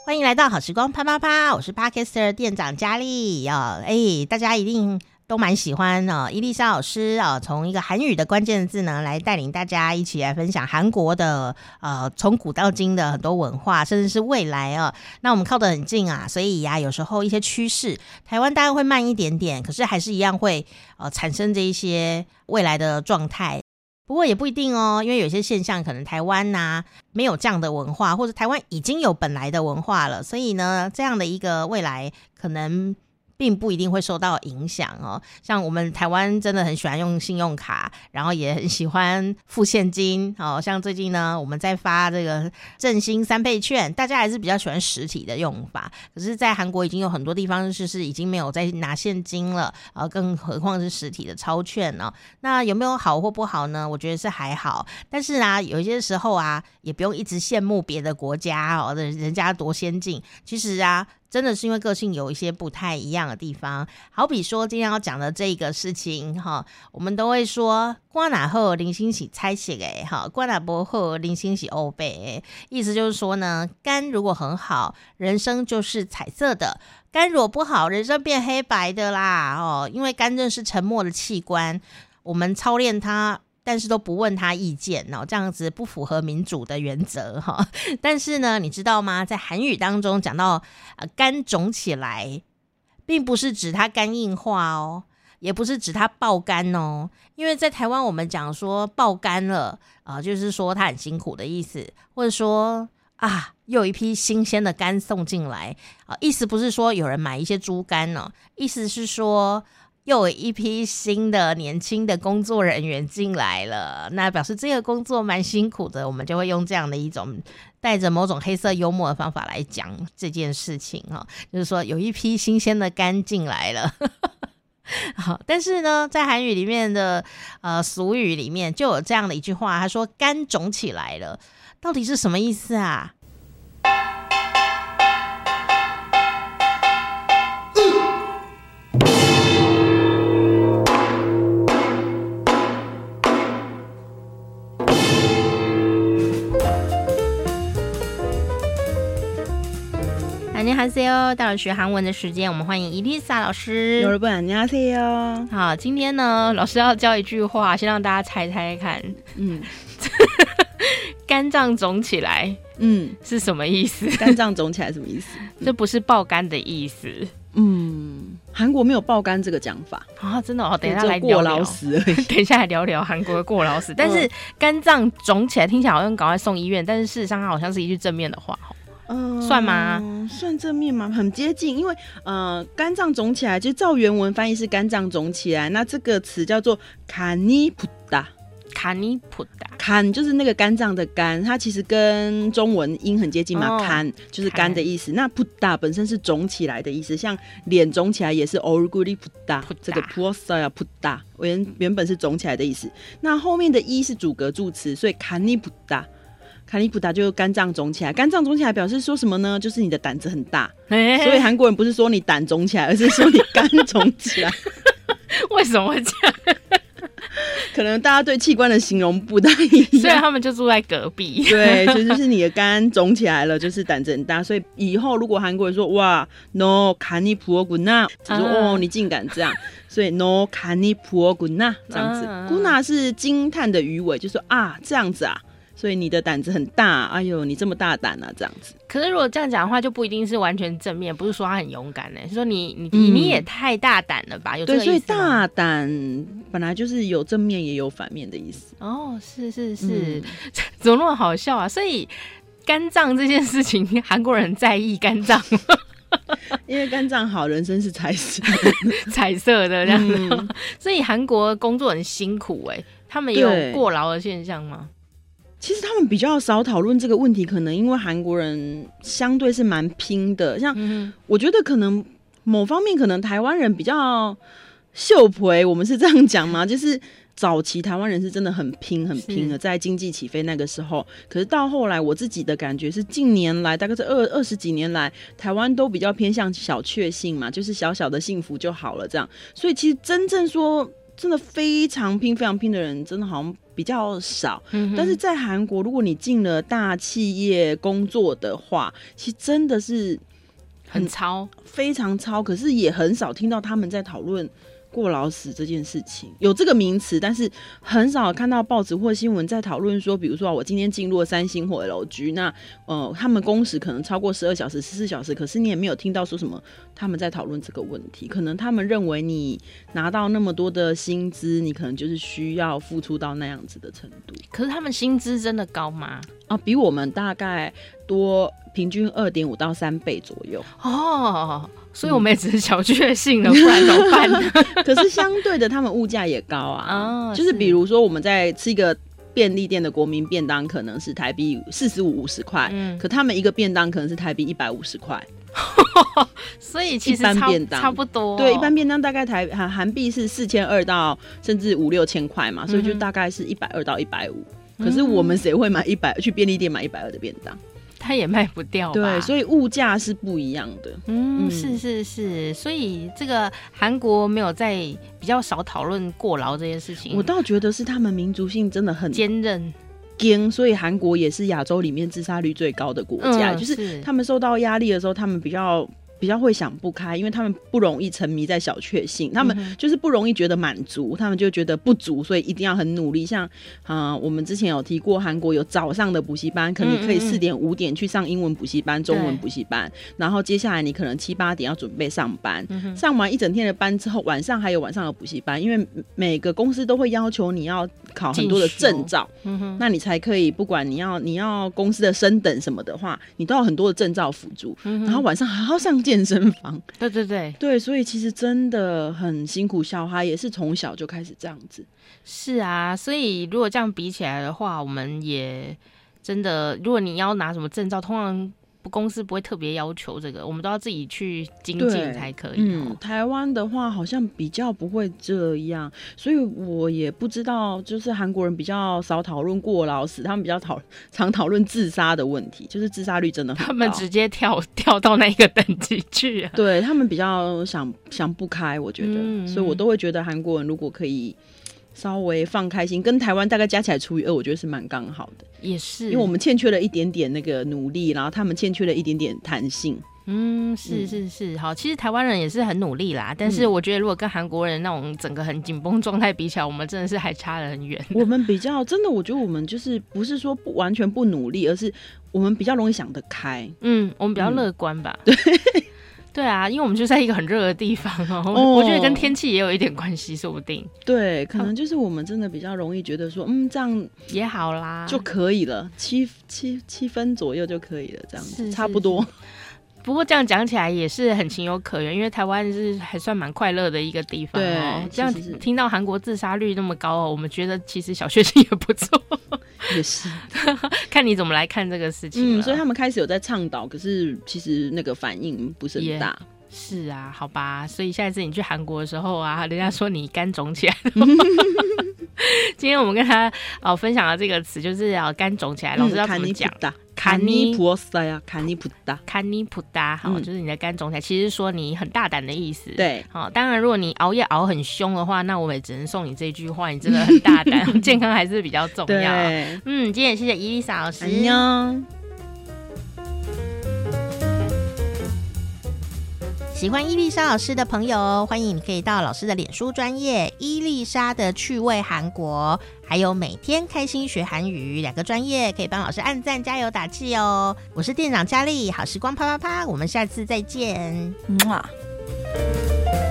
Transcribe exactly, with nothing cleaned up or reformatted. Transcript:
欢迎来到好时光啪啪啪，我是 Podcaster 店长佳丽啊，哎，大家一定都蛮喜欢哦，伊丽莎老师啊，从一个韩语的关键字呢，来带领大家一起来分享韩国的呃，从古到今的很多文化，甚至是未来啊。那我们靠得很近啊，所以呀、啊，有时候一些趋势，台湾当然会慢一点点，可是还是一样会呃产生这一些未来的状态。不过也不一定哦，因为有些现象可能台湾啊没有这样的文化，或者台湾已经有本来的文化了，所以呢，这样的一个未来可能并不一定会受到影响哦。像我们台湾真的很喜欢用信用卡，然后也很喜欢付现金哦。像最近呢，我们在发这个振兴三倍券，大家还是比较喜欢实体的用法。可是，在韩国已经有很多地方就是已经没有在拿现金了，呃，更何况是实体的钞券哦。那有没有好或不好呢？我觉得是还好，但是啊，有些时候啊，也不用一直羡慕别的国家哦，人家多先进。其实啊，真的是因为个性有一些不太一样的地方，好比说今天要讲的这个事情哈，我们都会说瓜哪后零星喜猜写诶哈，瓜哪不后零星喜欧贝，意思就是说呢，肝如果很好，人生就是彩色的；肝如果不好，人生变黑白的啦哦，因为肝正是沉默的器官，我们操练它。但是都不问他意见哦，这样子不符合民主的原则哈。但是呢，你知道吗？在韩语当中讲到呃肝肿起来，并不是指它肝硬化哦，也不是指它爆肝哦。因为在台湾我们讲说爆肝了啊、呃，就是说他很辛苦的意思，或者说啊又有一批新鲜的肝送进来啊、呃，意思不是说有人买一些猪肝哦，意思是说。又有一批新的年轻的工作人员进来了，那表示这个工作蛮辛苦的，我们就会用这样的一种带着某种黑色幽默的方法来讲这件事情、哦、就是说有一批新鲜的肝进来了好，但是呢在韩语里面的呃俗语里面就有这样的一句话，他说肝肿起来了，到底是什么意思啊？안녕하세요，到了学韩文的时间，我们欢迎伊丽莎老师。 여러분 안녕하세요。 好，今天呢，老师要教一句话，先让大家猜猜看。嗯，肝脏肿起来，嗯，是什么意思？ 肝脏肿起来什么意思？ 这不是爆肝的意思。 嗯，韩国没有爆肝这个讲法啊，真的哦。等一下来聊聊， 过劳死而已等一下来聊聊韩国的过劳死。但是肝脏肿起来听起来好像赶快送医院，但是事实上它好像是一句正面的话。嗯，算吗？ 算正面吗？很接近，因为呃，肝脏肿起来，就照原文翻译是肝脏肿起来。那这个词叫做간이 붙다， 간이 붙다， 간就是那个肝脏的肝，它其实跟中文音很接近嘛，간、哦、就是肝的意思。那붙다本身是肿起来的意思，像脸肿起来也是얼굴이 붙다，这个부었어요 붙다原原本是肿起来的意思。那后面的一是主格助词，所以간이 붙다。卡尼普达就肝脏肿起来，肝脏肿起来表示说什么呢？就是你的胆子很大，欸、所以韩国人不是说你胆肿起来，而是说你肝肿起来。 为什么会这样？ 可能大家对器官的形容不太一样， 虽然他们就住在隔壁。 对，就是你的肝肿起来了，就是胆子很大。所以以后如果韩国人说哇 ，no 卡尼普古纳，就说、啊、哦你竟敢这样，所以 no 卡尼普古纳这样子，古纳、啊、是惊叹的鱼尾，就说啊这样子啊。所以你的胆子很大，哎呦，你这么大胆啊，这样子。 可是如果这样讲的话，就不一定是完全正面，不是说他很勇敢呢，是说你你、嗯、你也太大胆了吧？有这个意思吗？ 对，所以大胆本来就是有正面也有反面的意思。 哦，是是是，嗯、怎么那么好笑啊？所以肝脏这件事情，韩国人很在意肝脏。 因为肝脏好，人生是彩色彩色的这样子、嗯，所以韩国工作很辛苦哎、欸，他们也有过劳的现象吗？ 其实他们比较少讨论这个问题，可能因为韩国人相对是蛮拼的，像我觉得可能某方面可能台湾人比较秀培，我们是这样讲吗？就是早期台湾人是真的很拼很拼的，在经济起飞那个时候，可是到后来我自己的感觉是近年来大概是二二十几年来，台湾都比较偏向小确幸嘛，就是小小的幸福就好了这样，所以其实真正说真的非常拼非常拼的人真的好像比较少、嗯、但是在韩国如果你进了大企业工作的话，其实真的是很超， 非常超，可是也很少听到他们在讨论过劳死这件事情，有这个名词，但是很少看到报纸或新闻在讨论说，比如说我今天进入了三星或 L G， 那呃他们工时可能超过十二小时、十四小时，可是你也没有听到说什么他们在讨论这个问题。可能他们认为你拿到那么多的薪资，你可能就是需要付出到那样子的程度。 可是他们薪资真的高吗？ 啊，比我们大概多平均二点五到三倍左右哦。所以我们也只是小确幸了，不然怎么办呢？ 可是相对的，他们物价也高啊。哦、就是比如说我们在吃一个便利店的国民便当，可能是台币四十五、五十块，可他们一个便当可能是台币一百五十块。 所以其实差便当差不多、哦。 对，一般便当大概台韩韩币是四千二到甚至五六千块嘛，所以就大概是一百二到一百五。可是我们谁会买一百去便利店买一百二的便当？ 它也卖不掉吧。 对，所以物价是不一样的。 嗯，嗯是是是，所以这个韩国没有在比较少讨论过劳这件事情。 我倒觉得是他们民族性真的很坚韧。 所以韩国也是亚洲里面自杀率最高的国家、嗯、就是他们受到压力的时候，他们比较比较会想不开，因为他们不容易沉迷在小确幸，他们就是不容易觉得满足，他们就觉得不足，所以一定要很努力。像、呃、我们之前有提过，韩国有早上的补习班，可能你可以四点五点去上英文补习班、中文补习班，然后接下来你可能七八点要准备上班、嗯、上完一整天的班之后，晚上还有晚上的补习班，因为每个公司都会要求你要考很多的证照、嗯、那你才可以，不管你要你要公司的升等什么的话，你都有很多的证照辅助、嗯、然后晚上还要上健身房。 对对对对，所以其实真的很辛苦，小孩也是从小就开始这样子。 是啊，所以如果这样比起来的话，我们也真的，如果你要拿什么证照，通常公司不会特别要求这个，我们都要自己去精进才可以、 嗯、台湾的话好像比较不会这样，所以我也不知道，就是韩国人比较少讨论过劳死，他们比较讨常讨论自杀的问题，就是自杀率真的很高， 他们直接跳跳到那个等级去、啊、 对，他们比较想想不开，我觉得、嗯、所以我都会觉得韩国人如果可以稍微放开心，跟台湾大概加起来除以二，我觉得是蛮刚好的。 也是， 因为我们欠缺了一点点那个努力，然后他们欠缺了一点点弹性。 嗯，是是是，好，其实台湾人也是很努力啦，但是我觉得如果跟韩国人那种整个很紧绷状态比起来，我们真的是还差得很远。 我们比较真的，我觉得我们就是不是说不完全不努力，而是我们比较容易想得开。嗯， 我们比较乐观吧。 嗯、对。 对啊，因为我们就在一个很热的地方哦，哦我觉得跟天气也有一点关系，说不定。 对，可能就是我们真的比较容易觉得说，嗯，这样也好啦， 就可以了，七七七分左右就可以了，这样子差不多。 不过这样讲起来也是很情有可原，因为台湾是还算蛮快乐的一个地方哦。这样听到韩国自杀率那么高哦，我们觉得其实小确幸也不错。 也是， 看你怎么来看这个事情。 嗯，所以他们开始有在倡导，可是其实那个反应不是很大。Yeah. 是啊，好吧，所以下一次你去韩国的时候啊，人家说你肝肿起来了。今天我们跟他、哦、分享的这个词就是要肝肿起来，老师要怎么讲？ 卡尼普萨呀，卡尼普达， 卡尼普达，好、嗯，就是你的肝肿起来，其实说你很大胆的意思。 对， 好，当然如果你熬夜熬很凶的话，那我也只能送你这句话，你真的很大胆，健康还是比较重要。嗯，今天也谢谢伊丽莎老师。 안녕。 喜欢伊丽莎老师的朋友，欢迎你可以到老师的脸书专页伊丽莎的趣味韩国，还有每天开心学韩语两个专页，可以帮老师按赞加油打气哦。我是店长佳丽，好时光啪啪啪，我们下次再见。 嗯啊